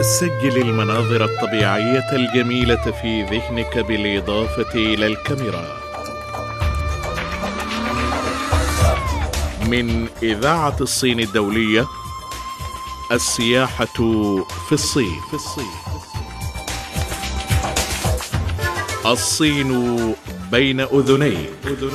سجل المناظر الطبيعية الجميلة في ذهنك بالإضافة إلى الكاميرا. من إذاعة الصين الدولية، السياحة في الصين. الصين بين أذنيك.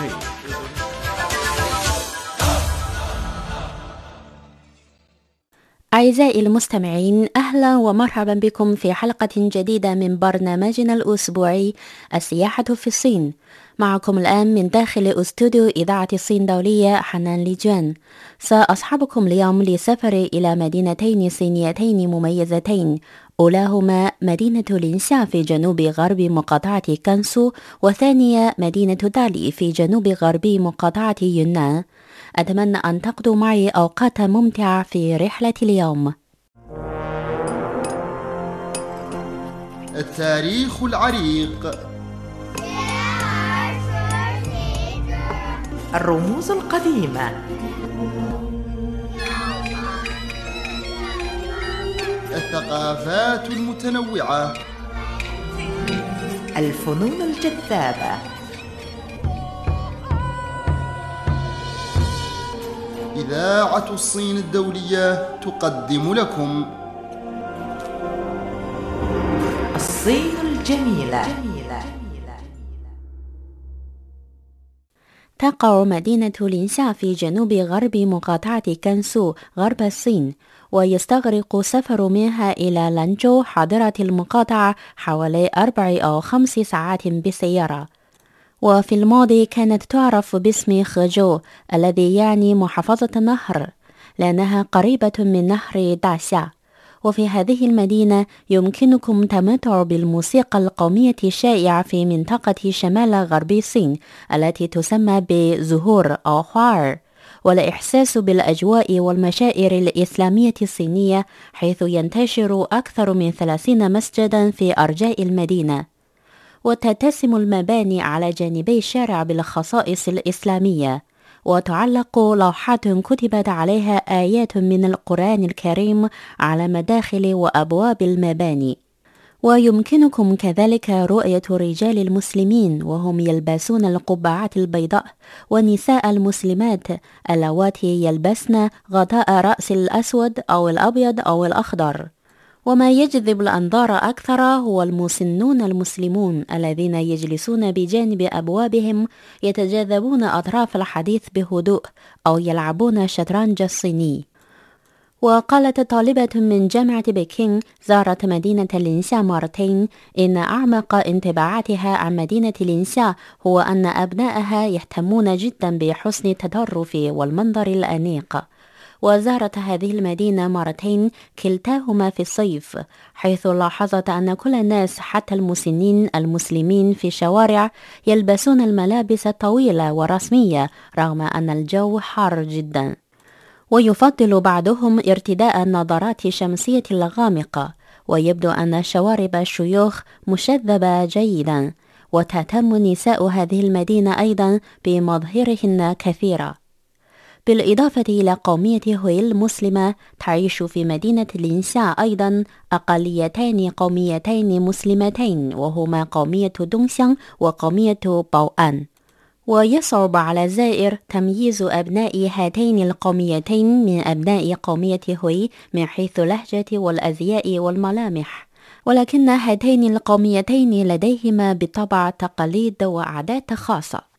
أعزائي المستمعين، أهلا ومرحبا بكم في حلقة جديدة من برنامجنا الأسبوعي السياحة في الصين. معكم الآن من داخل أستوديو إذاعة الصين دولية حنان ليجوان. سأصحبكم اليوم لسفر إلى مدينتين صينيتين مميزتين، أولاهما مدينة لينشا في جنوب غرب مقاطعة كانسو، وثانية مدينة دالي في جنوب غرب مقاطعة يونان. أتمنى أن تقضوا معي أوقات ممتعة في رحلة اليوم. التاريخ العريق، الرموز القديمة، الثقافات المتنوعة، الفنون الجذابة. إذاعة الصين الدولية تقدم لكم الصين الجميلة. تقع مدينة لينشا في جنوب غرب مقاطعة كانسو غرب الصين، ويستغرق سفر منها إلى لانجو حاضرة المقاطعة حوالي 4 أو 5 ساعات بالسيارة. وفي الماضي كانت تعرف باسم خجو الذي يعني محافظة النهر، لأنها قريبة من نهر داشا. وفي هذه المدينة يمكنكم تمتع بالموسيقى القومية الشائعة في منطقة شمال غرب الصين التي تسمى بزهور أو خوار، والإحساس بالأجواء والمشاعر الإسلامية الصينية، حيث ينتشر أكثر من 30 مسجدا في أرجاء المدينة. وتتسم المباني على جانبي الشارع بالخصائص الإسلامية، وتعلق لوحات كتبت عليها آيات من القرآن الكريم على مداخل وأبواب المباني. ويمكنكم كذلك رؤية رجال المسلمين وهم يلبسون القبعات البيضاء، ونساء المسلمات اللواتي يلبسن غطاء رأس الأسود أو الأبيض أو الأخضر. وما يجذب الأنظار أكثر هو المسنون المسلمون الذين يجلسون بجانب أبوابهم يتجاذبون أطراف الحديث بهدوء أو يلعبون الشطرنج الصيني. وقالت طالبة من جامعة بكين زارت مدينة لينشا مرتين إن أعمق انطباعاتها عن مدينة لينشا هو أن أبنائها يهتمون جدا بحسن التطرف والمنظر الأنيق. وزارت هذه المدينة مرتين كلتاهما في الصيف، حيث لاحظت أن كل الناس حتى المسنين المسلمين في الشوارع يلبسون الملابس الطويلة والرسمية رغم أن الجو حار جدا. ويفضل بعضهم ارتداء النظارات الشمسية الغامقة، ويبدو أن شوارب الشيوخ مشذبة جيدا. وتهتم نساء هذه المدينة أيضا بمظهرهن كثيرا. بالإضافة إلى قومية هوي المسلمة، تعيش في مدينة لينشا أيضا أقليتين قوميتين مسلمتين، وهما قومية دونغسيان وقومية باوآن. ويصعب على الزائر تمييز أبناء هاتين القوميتين من أبناء قومية هوي من حيث اللهجة والأزياء والملامح، ولكن هاتين القوميتين لديهما بالطبع تقاليد وعادات خاصة.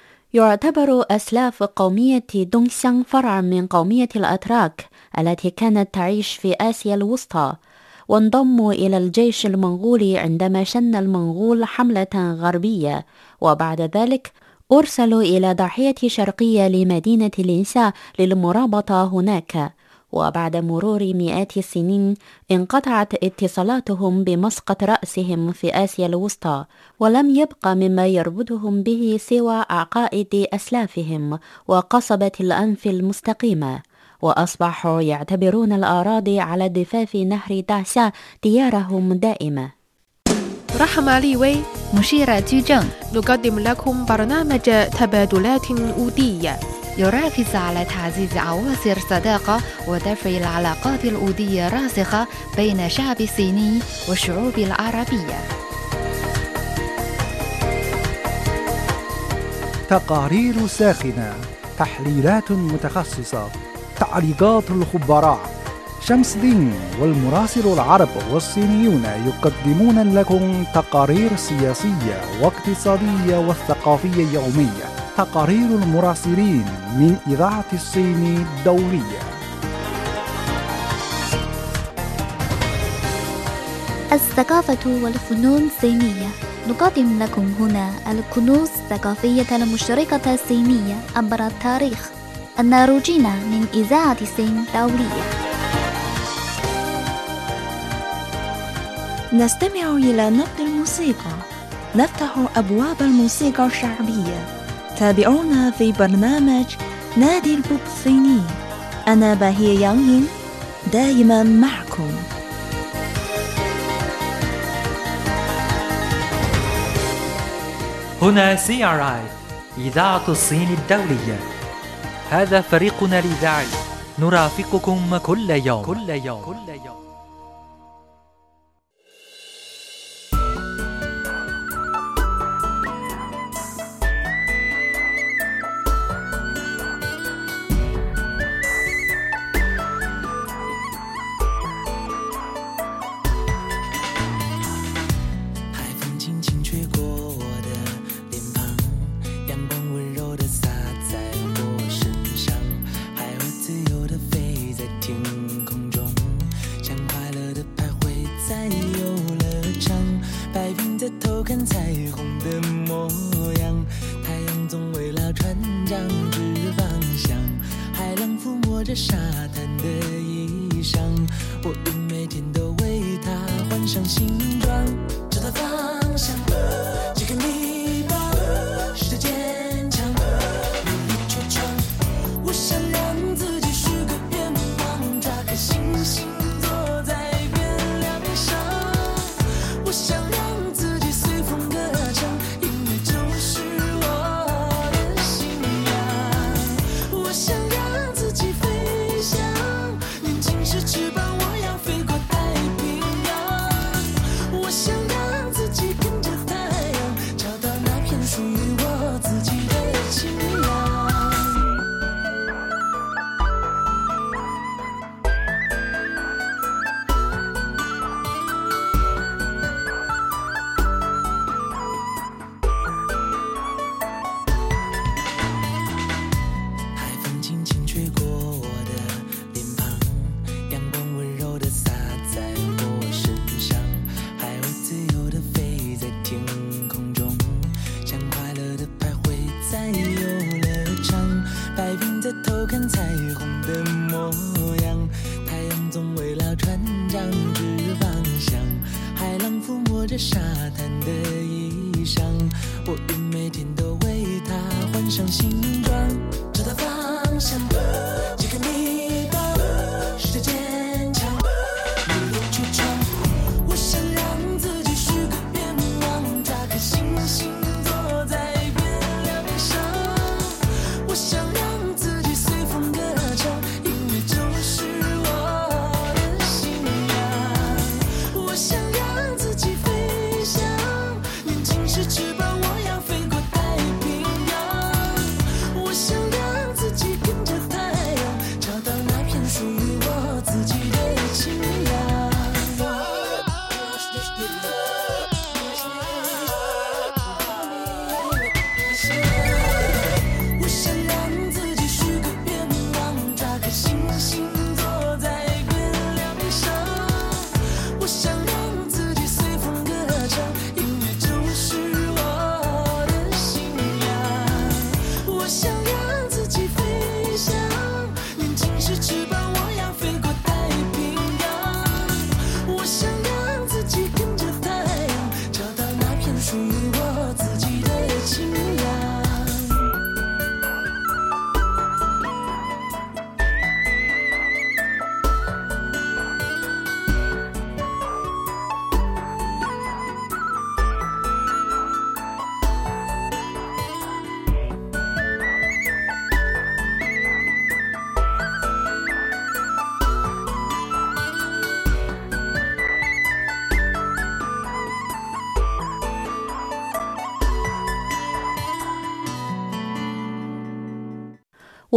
يعتبر أسلاف قومية دونغسيان فرعا من قومية الأتراك التي كانت تعيش في آسيا الوسطى، وانضموا إلى الجيش المنغولي عندما شن المنغول حملة غربية، وبعد ذلك أرسلوا إلى ضاحية شرقية لمدينة لينشا للمرابطة هناك. وبعد مرور مئات السنين انقطعت اتصالاتهم بمسقط رأسهم في آسيا الوسطى، ولم يبق مما يربطهم به سوى عقائد أسلافهم وقصبة الأنف المستقيمة، وأصبحوا يعتبرون الأراضي على ضفاف نهر داشا ديارهم دائمة. رحمة ليوي مشيرة جيجن نقدم لكم برنامج تبادلات أودية. يركز على تعزيز عناصر الصداقة ودفع العلاقات الودية الراسخة بين الشعب الصيني والشعوب العربية. تقارير ساخنة، تحليلات متخصصة، تعليقات الخبراء. شمس الدين والمراسل العرب والصينيون يقدمون لكم تقارير سياسية واقتصادية وثقافية يومية. تقارير المراسلين من إذاعة الصين الدولية. الثقافة والفنون الصينية. نقدم لكم هنا الكنوز الثقافية المشتركة الصينية عبر التاريخ. الناروجين من إذاعة الصين الدولية. نستمع إلى نبض الموسيقى، نفتح أبواب الموسيقى الشعبية. تابعونا في برنامج نادي البوب الصيني. أنا باهية يانغين، دائما معكم. هنا CRI إذاعة الصين الدولية. هذا فريقنا الإذاعي، نرافقكم كل يوم. 翅膀，我要飞过太平洋。我想。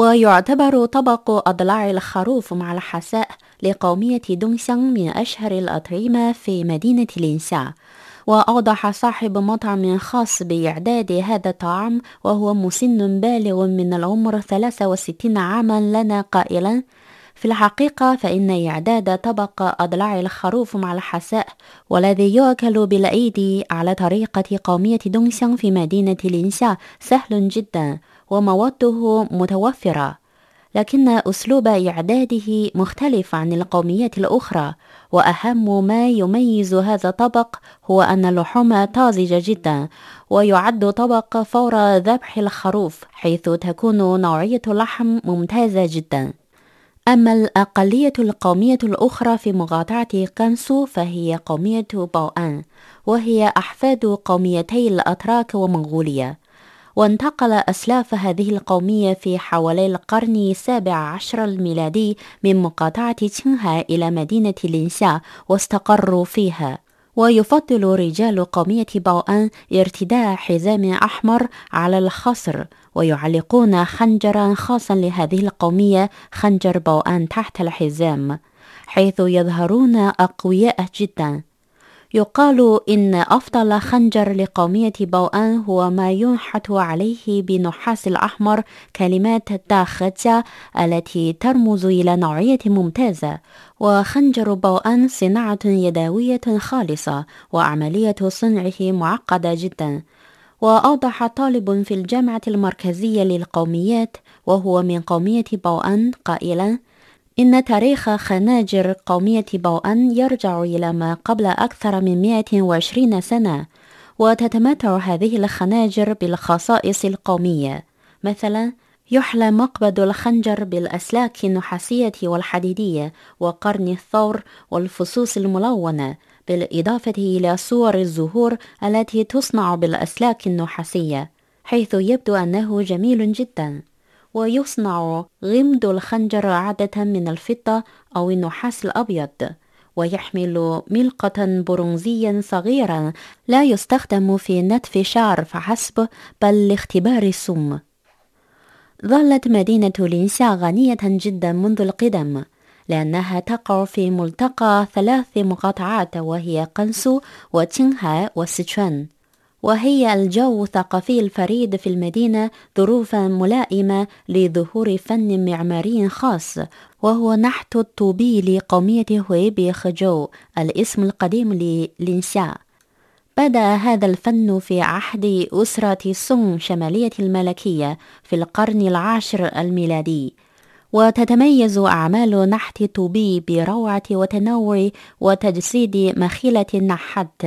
ويعتبر طبق أضلاع الخروف مع الحساء لقومية دونغسيانغ من أشهر الأطعمة في مدينة لينشا. وأوضح صاحب مطعم خاص بإعداد هذا الطعام وهو مسن بالغ من العمر 63 عاما لنا قائلا: في الحقيقة فإن إعداد طبق أضلاع الخروف مع الحساء والذي يؤكل بالأيدي على طريقة قومية دونغسيانغ في مدينة لينشا سهل جدا ومواده متوفرة، لكن أسلوب إعداده مختلف عن القوميات الأخرى. وأهم ما يميز هذا الطبق هو أن اللحوم طازجة جدا، ويعد طبق فور ذبح الخروف حيث تكون نوعية اللحم ممتازة جدا. أما الأقلية القومية الأخرى في مقاطعة كانسو فهي قومية باوآن، وهي أحفاد قوميتي الأتراك ومنغوليا. وانتقل أسلاف هذه القومية في حوالي القرن السابع عشر الميلادي من مقاطعة تشينغهاي إلى مدينة لينشا واستقروا فيها. ويفضل رجال قومية باوآن ارتداء حزام أحمر على الخصر، ويعلقون خنجرا خاصا لهذه القومية، خنجر باوآن، تحت الحزام، حيث يظهرون أقوياء جدا. يقال إن أفضل خنجر لقومية باوآن هو ما ينحت عليه بنحاس الأحمر كلمات داخجة التي ترمز إلى نوعية ممتازة. وخنجر باوآن صناعة يدوية خالصة وعملية صنعه معقدة جدا. وأوضح طالب في الجامعة المركزية للقوميات وهو من قومية باوآن قائلا: إن تاريخ خناجر قومية باوآن يرجع إلى ما قبل أكثر من 120 سنة، وتتمتع هذه الخناجر بالخصائص القومية. مثلا يحلى مقبض الخنجر بالأسلاك النحاسية والحديدية وقرن الثور والفصوص الملونة، بالإضافة إلى صور الزهور التي تصنع بالأسلاك النحاسية، حيث يبدو أنه جميل جدا. ويصنع غمد الخنجر عادة من الفضة أو النحاس الأبيض، ويحمل ملقة برونزيا صغيرا لا يستخدم في نتف شعر فحسب بل لاختبار السم. ظلت مدينة لينشا غنية جدا منذ القدم، لأنها تقع في ملتقى 3 مقاطعات وهي كانسو وتشينغهاي وسيتشوان، وهي الجو الثقافي الفريد في المدينة، ظروفا ملائمة لظهور فن معماري خاص وهو نحت الطوبي لقومية هويبي خجو، الاسم القديم للينشا. بدأ هذا الفن في عهد أسرة سونغ شمالية الملكية في القرن العاشر الميلادي، وتتميز أعمال نحت الطوبي بروعة وتنوع وتجسيد مخيلة النحات.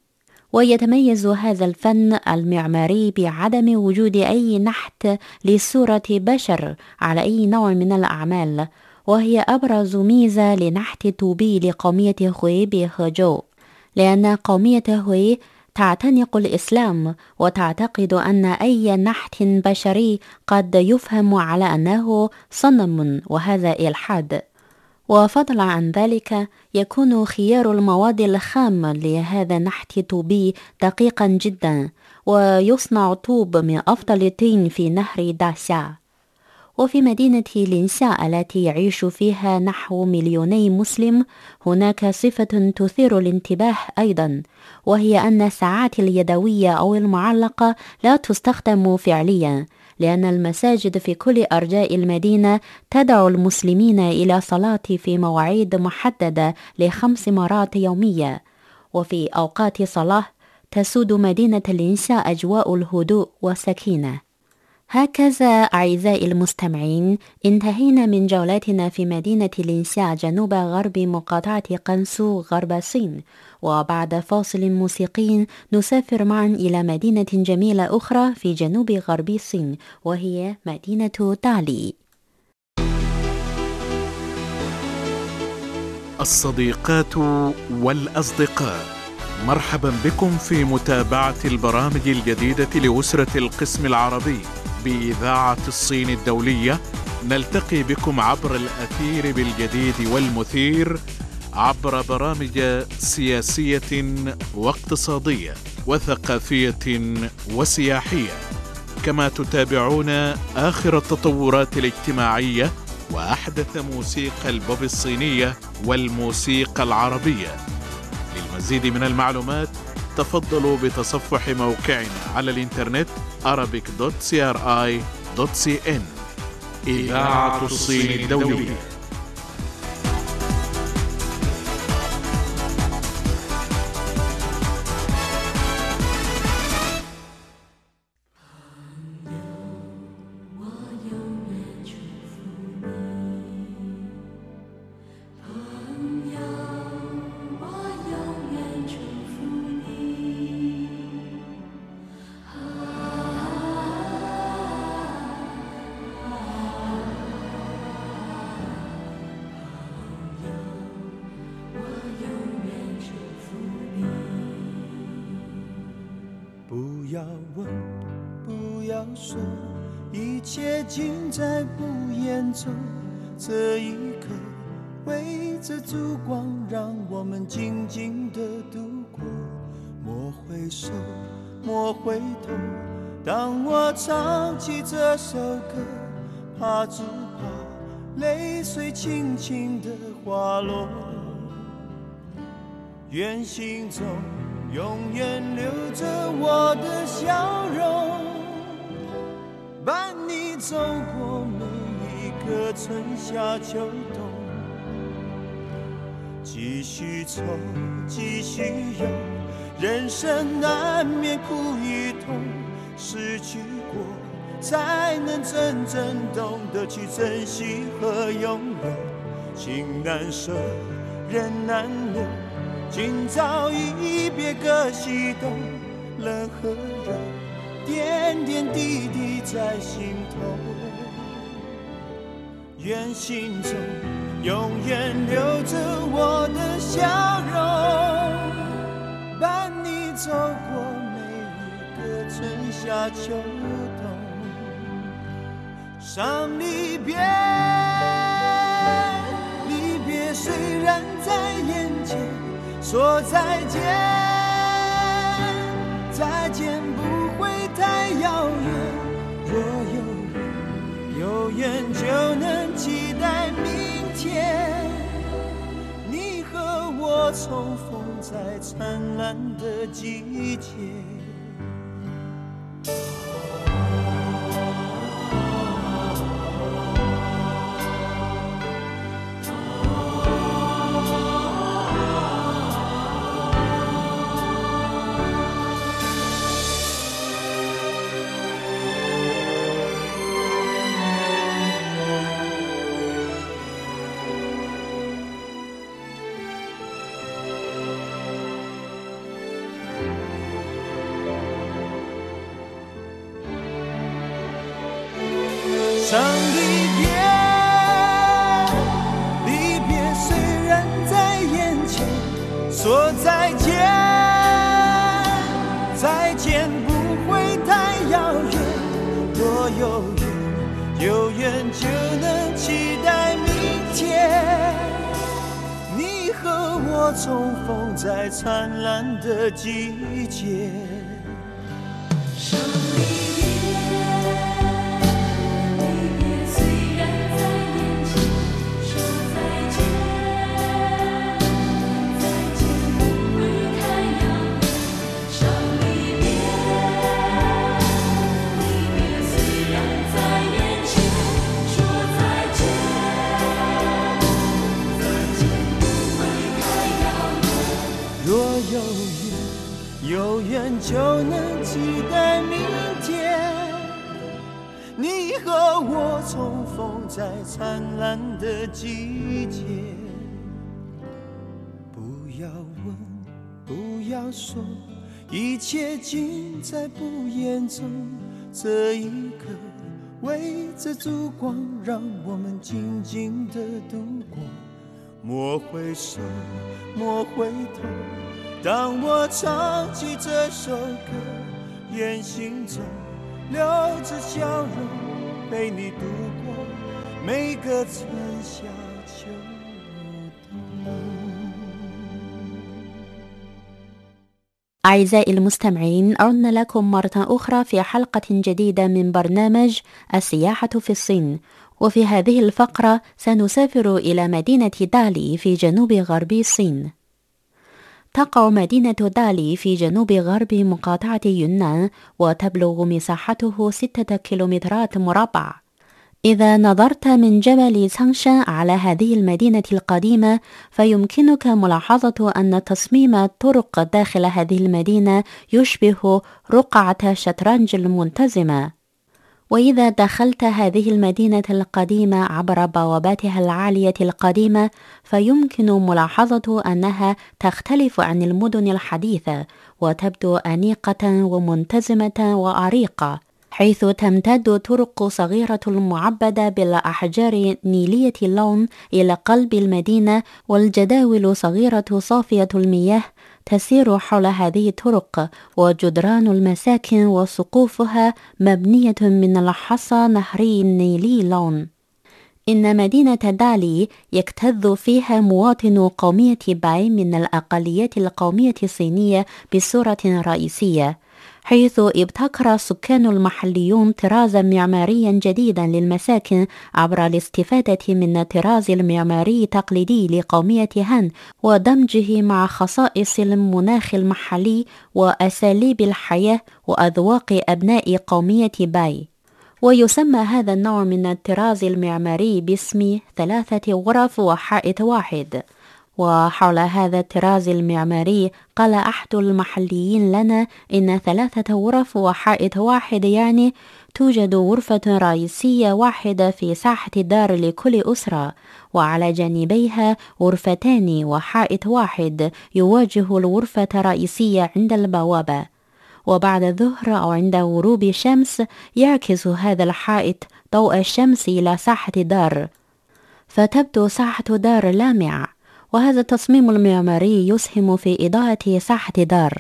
ويتميز هذا الفن المعماري بعدم وجود أي نحت لصورة بشر على أي نوع من الأعمال، وهي أبرز ميزة لنحت الطوبي لقومية هوي بخجو، لأن قومية هوي تعتنق الإسلام وتعتقد أن أي نحت بشري قد يفهم على أنه صنم، وهذا إلحاد. وفضلا عن ذلك يكون خيار المواد الخام لهذا النحت الطوبي دقيقا جدا، ويصنع طوب من أفضل الطين في نهر داشا. وفي مدينة لينشا التي يعيش فيها نحو 2,000,000 مسلم هناك صفة تثير الانتباه أيضا، وهي أن الساعات اليدوية أو المعلقة لا تستخدم فعليا، لأن المساجد في كل أرجاء المدينة تدعو المسلمين إلى صلاة في مواعيد محددة ل5 مرات يومية. وفي أوقات صلاة تسود مدينة لينشا أجواء الهدوء والسكينة. هكذا أعزائي المستمعين انتهينا من جولتنا في مدينة لينشا جنوب غرب مقاطعة كانسو غرب الصين، وبعد فاصل موسيقي نسافر معا إلى مدينة جميلة أخرى في جنوب غرب الصين وهي مدينة دالي. الصديقات والأصدقاء، مرحبا بكم في متابعة البرامج الجديدة لأسرة القسم العربي بإذاعة الصين الدولية. نلتقي بكم عبر الأثير بالجديد والمثير، عبر برامج سياسية واقتصادية وثقافية وسياحية. كما تتابعون آخر التطورات الاجتماعية وأحدث موسيقى البوب الصينية والموسيقى العربية. للمزيد من المعلومات تفضلوا بتصفح موقعنا على الإنترنت arabic.cri.cn. إذاعة الصين الدولية. 不要问，不要说，一切尽在不言中。这一刻，围着烛光，让我们静静地度过。莫回首，莫回头，当我唱起这首歌，怕只怕泪水轻轻地滑落。愿心中永远留着我的笑容，伴你走过每一个春夏秋冬。继续愁，继续忧，人生难免苦与痛，失去过才能真正懂得去珍惜和拥有。情难舍，人难留，今朝一别各西东，冷和热，点点滴滴在心头。愿心中永远留着我的笑容，伴你走过每一个春夏秋冬。伤离别，离别虽然在眼前，说再见，再见不会太遥远。若有缘就能期待明天，你和我重逢在灿烂的季节。伤离别，离别虽然在眼前，说再见，再见不会太遥远。若有缘就能期待明天，你和我重逢在灿烂的季节。有缘就能期待明天，你和我重逢在灿烂的季节。不要问，不要说，一切尽在不言中。这一刻，围着烛光，让我们静静地度过。莫回首，莫回头，当我唱起这首歌，愿心中留着笑容，陪你度过每个春夏秋冬。 أعزائي المستمعين، عدنا لكم مرة أخرى في حلقة جديدة من برنامج السياحة في الصين. وفي هذه الفقرة سنسافر إلى مدينة دالي في جنوب غرب الصين. تقع مدينة دالي في جنوب غرب مقاطعة يونان، وتبلغ مساحته 6 كيلومترات مربع. إذا نظرت من جبل سانشان على هذه المدينة القديمة، فيمكنك ملاحظة أن تصميم الطرق داخل هذه المدينة يشبه رقعة الشطرنج المنتظمة. وإذا دخلت هذه المدينة القديمة عبر بواباتها العالية القديمة، فيمكن ملاحظة أنها تختلف عن المدن الحديثة، وتبدو أنيقة ومنتظمة وعريقة، حيث تمتد طرق صغيرة معبدة بالأحجار نيلية اللون إلى قلب المدينة، والجداول صغيرة صافية المياه تسير حول هذه الطرق، وجدران المساكن وسقوفها مبنية من الحصى نهري نيلي لون. إن مدينة دالي يكتظ فيها مواطن قومية باي من الأقليات القومية الصينية بصورة رئيسية، حيث ابتكر السكان المحليون طرازا معماريا جديدا للمساكن عبر الاستفادة من الطراز المعماري التقليدي لقومية هان، ودمجه مع خصائص المناخ المحلي وأساليب الحياة وأذواق أبناء قومية باي. ويسمى هذا النوع من الطراز المعماري باسم 3 غرف وحائط واحد. وحول هذا الطراز المعماري قال أحد المحليين لنا إن 3 غرف وحائط واحد يعني توجد غرفة رئيسية واحدة في ساحة الدار لكل أسرة، وعلى جانبيها غرفتان وحائط واحد يواجه الغرفة الرئيسية عند البوابة. وبعد الظهر أو عند غروب الشمس يعكس هذا الحائط ضوء الشمس إلى ساحة الدار، فتبدو ساحة الدار لامعة. وهذا التصميم المعماري يسهم في إضاءة ساحة دار.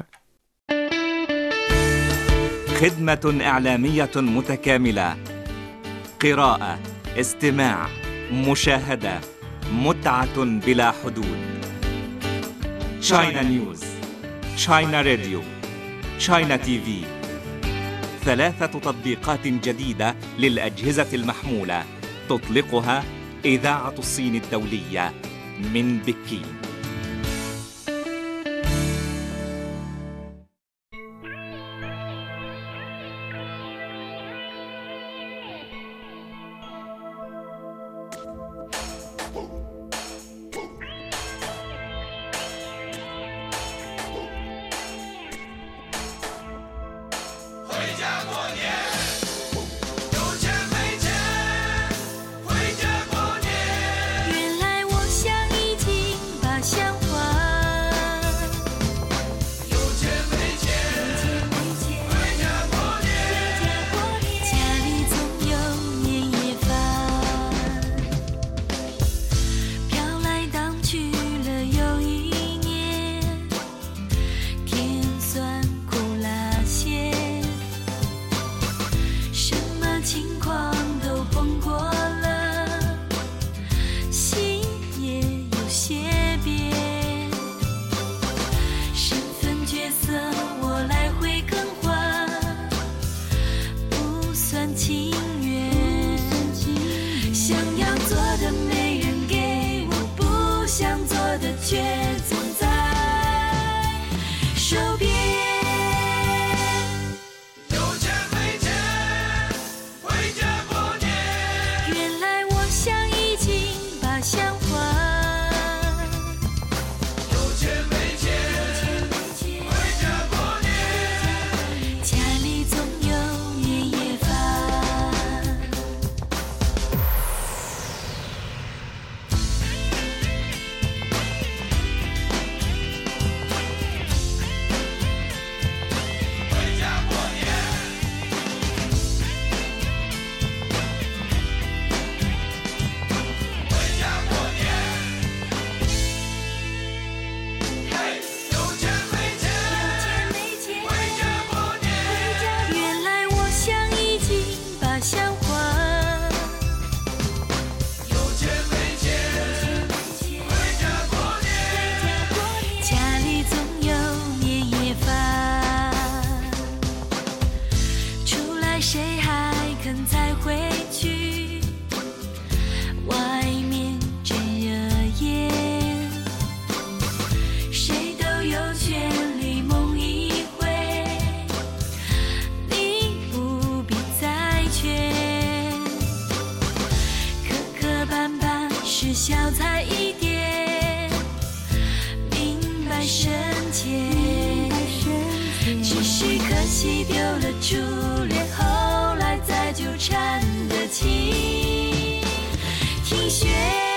خدمة إعلامية متكاملة: قراءة، استماع، مشاهدة، متعة بلا حدود. China News، China Radio، China TV، 3 تطبيقات جديدة للأجهزة المحمولة تطلقها إذاعة الصين الدولية من بكين. 是小菜一碟，明白深浅。只是可惜丢了初恋，后来再纠缠的情。听雪。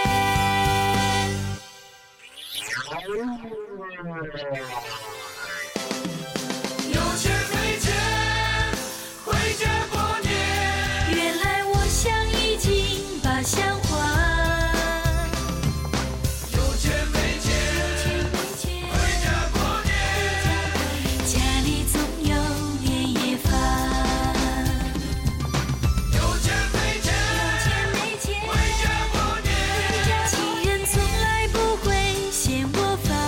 有钱没钱，回家过年。原来我想已经把相还。有钱没钱，回家过年。家里总有年夜饭。有钱没钱，回家过年。情人从来不会嫌我烦。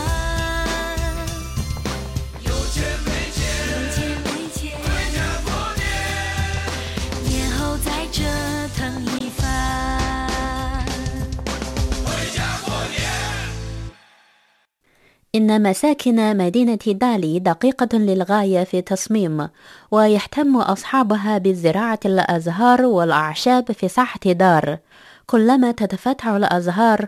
إن مساكن مدينة دالي دقيقة للغاية في التصميم، ويهتم أصحابها بزراعة الأزهار والأعشاب في ساحة دار. كلما تتفتح الأزهار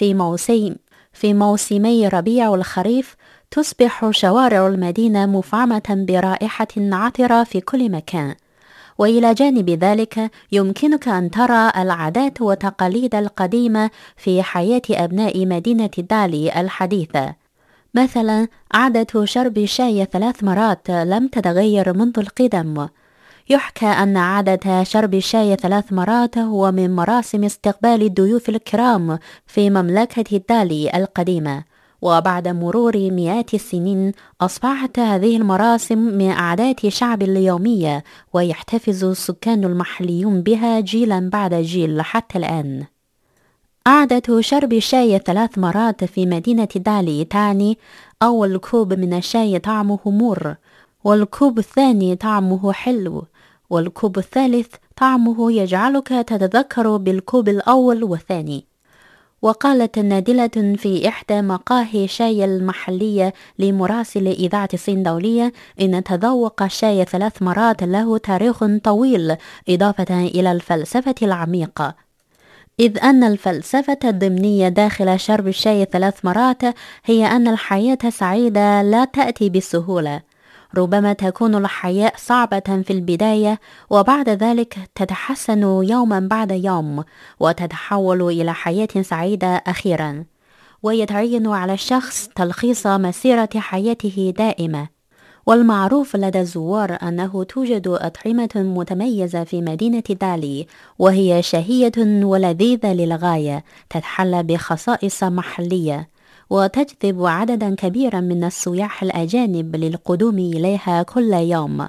في موسمي ربيع والخريف، تصبح شوارع المدينة مفعمة برائحة عطرة في كل مكان. وإلى جانب ذلك يمكنك أن ترى العادات والتقاليد القديمة في حياة أبناء مدينة دالي الحديثة. مثلا عادة شرب الشاي 3 مرات لم تتغير منذ القدم. يحكى أن عادة شرب الشاي 3 مرات هو من مراسم استقبال الضيوف الكرام في مملكة دالي القديمة، وبعد مرور مئات السنين أصبحت هذه المراسم من عادات الشعب اليومية، ويحتفظ السكان المحليون بها جيلا بعد جيل حتى الآن. عادة شرب الشاي 3 مرات في مدينة دالي تعني أول كوب من الشاي طعمه مر، والكوب الثاني طعمه حلو، والكوب الثالث طعمه يجعلك تتذكر بالكوب الأول والثاني. وقالت نادلة في إحدى مقاهي الشاي المحلية لمراسل إذاعة الصين الدولية إن تذوق الشاي 3 مرات له تاريخ طويل، إضافة إلى الفلسفة العميقة، إذ أن الفلسفة الضمنية داخل شرب الشاي 3 مرات هي أن الحياة سعيدة لا تأتي بالسهولة. ربما تكون الحياة صعبة في البداية، وبعد ذلك تتحسن يوما بعد يوم، وتتحول إلى حياة سعيدة أخيرا. ويتعين على الشخص تلخيص مسيرة حياته دائمة. والمعروف لدى الزوار أنه توجد أطعمة متميزة في مدينة دالي، وهي شهية ولذيذة للغاية، تتحلى بخصائص محلية، وتجذب عددا كبيرا من السياح الأجانب للقدوم إليها كل يوم.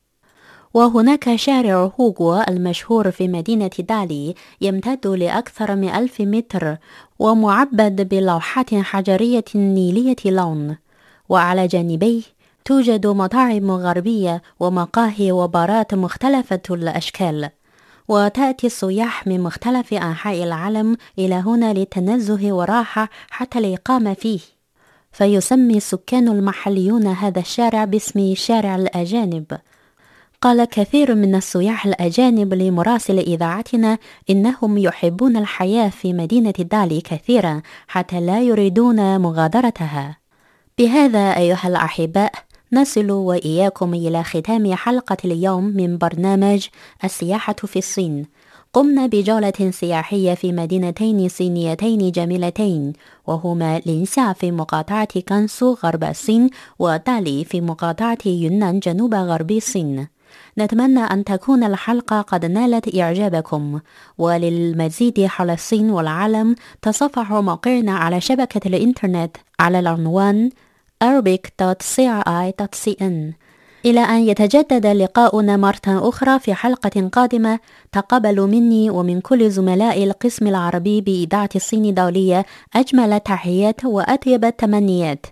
وهناك شارع هوغو المشهور في مدينة دالي يمتد لأكثر من 1000 متر، ومعبد بلوحات حجرية نيلية لون، وعلى جانبيه توجد مطاعم غربية ومقاهي وبارات مختلفة الأشكال. وتأتي السياح من مختلف أنحاء العالم إلى هنا للتنزه وراحة حتى الإقامة فيه. فيسمي السكان المحليون هذا الشارع باسم شارع الأجانب. قال كثير من السياح الأجانب لمراسل إذاعتنا إنهم يحبون الحياة في مدينة دالي كثيرا حتى لا يريدون مغادرتها. بهذا أيها الأحباء نصل وإياكم إلى ختام حلقة اليوم من برنامج السياحة في الصين. قمنا بجولة سياحية في مدينتين صينيتين جميلتين، وهما لينشا في مقاطعة كانسو غرب الصين، ودالي في مقاطعة يونان جنوب غرب الصين. نتمنى أن تكون الحلقة قد نالت إعجابكم، وللمزيد حول الصين والعالم تصفحوا موقعنا على شبكة الإنترنت على العنوان arabic.cri.cn. إلى أن يتجدد لقاؤنا مرة أخرى في حلقة قادمة، تقبلوا مني ومن كل زملاء القسم العربي بإذاعة الصين الدولية أجمل التحيات وأطيب التمنيات.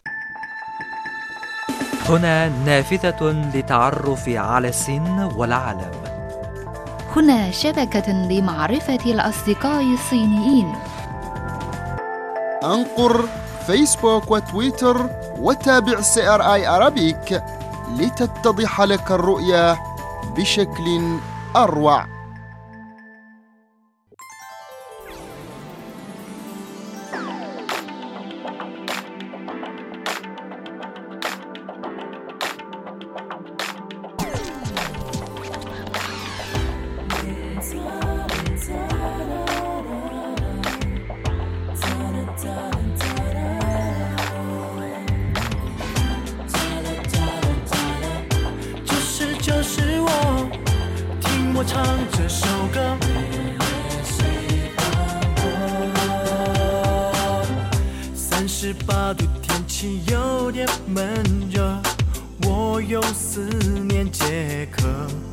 هنا نافذة للتعرف على الصين والعالم. هنا شبكة لمعرفة الأصدقاء الصينيين. أنقر فيسبوك وتويتر وتابع CRI أرابيك لتتضح لك الرؤية بشكل أروع. 唱这首歌。38度，天气有点闷热，我用思念解渴。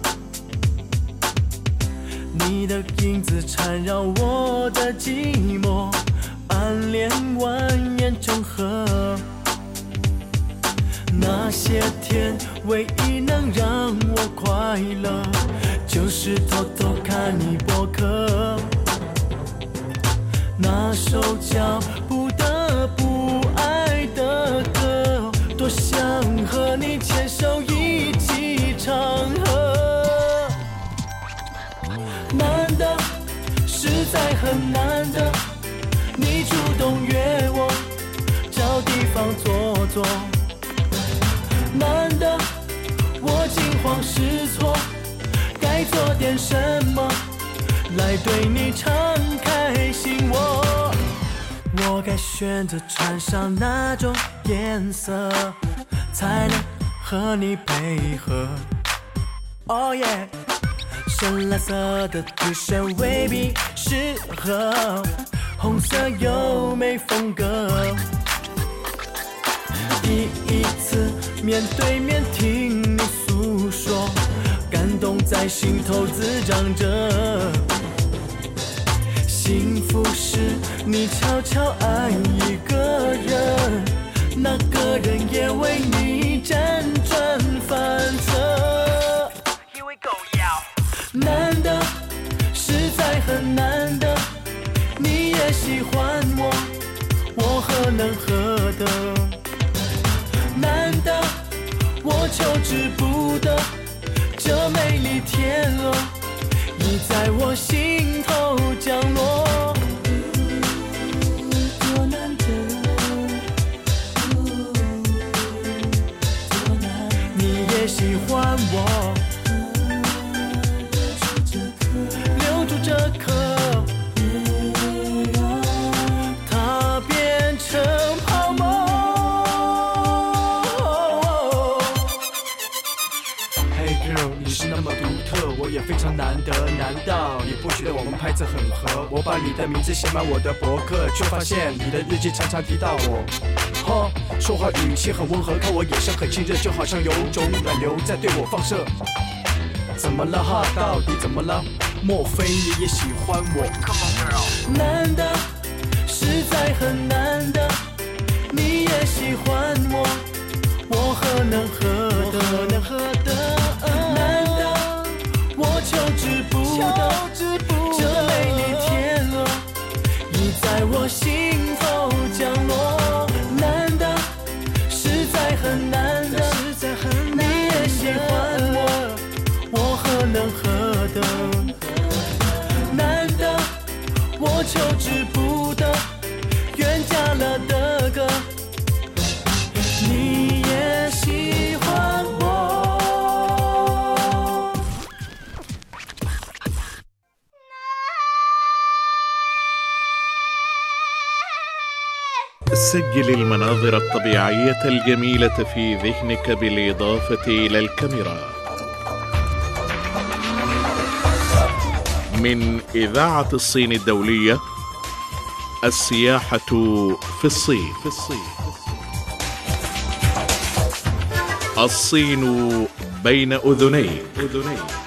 你的影子缠绕我的寂寞，暗恋蜿蜒成河。那些天，唯一能让我快乐，就是偷偷看你播客。那首叫不得不爱的歌，多想和你牵手一起唱和。难得，实在很难得，你主动约我，找地方坐坐。难得，我惊慌失措，该做点什么来对你敞开心窝。我该选择穿上哪种颜色，才能和你配合？ Oh yeah， 深蓝色的 T 恤未必适合，红色优美风格。第一次面对面听你诉说，感动在心头滋长着。幸福是你悄悄爱一个人，那个人也为你辗转反侧。难得，实在很难得，你也喜欢我，我何能何得？难得，我求之不得，这美丽天鹅已在我心头降落。多难得，你也喜欢我，留住这颗，它变成泡沫。 你是那么独特，我也非常难得。难道你不觉得我们拍子很合？我把你的名字写满我的博客，却发现你的日记常常提到我。说话语气很温和，看我眼神很亲热，就好像有种暖流在对我放射。怎么了哈？到底怎么了？莫非你也喜欢我 ？Come on girl。 难得，实在很难得，你也喜欢我，我何能何得？难得，我求之不得，这美丽天鹅已在我心头降落。难得，实在很难得，你也喜欢我，我何能何得？难得，我求之不得，冤家了的歌，你也喜欢我。 سجل المناظر الطبيعية الجميلة في ذهنك بالإضافة إلى الكاميرا. من إذاعة الصين الدولية، السياحة في الصين. الصين بين أذنيك.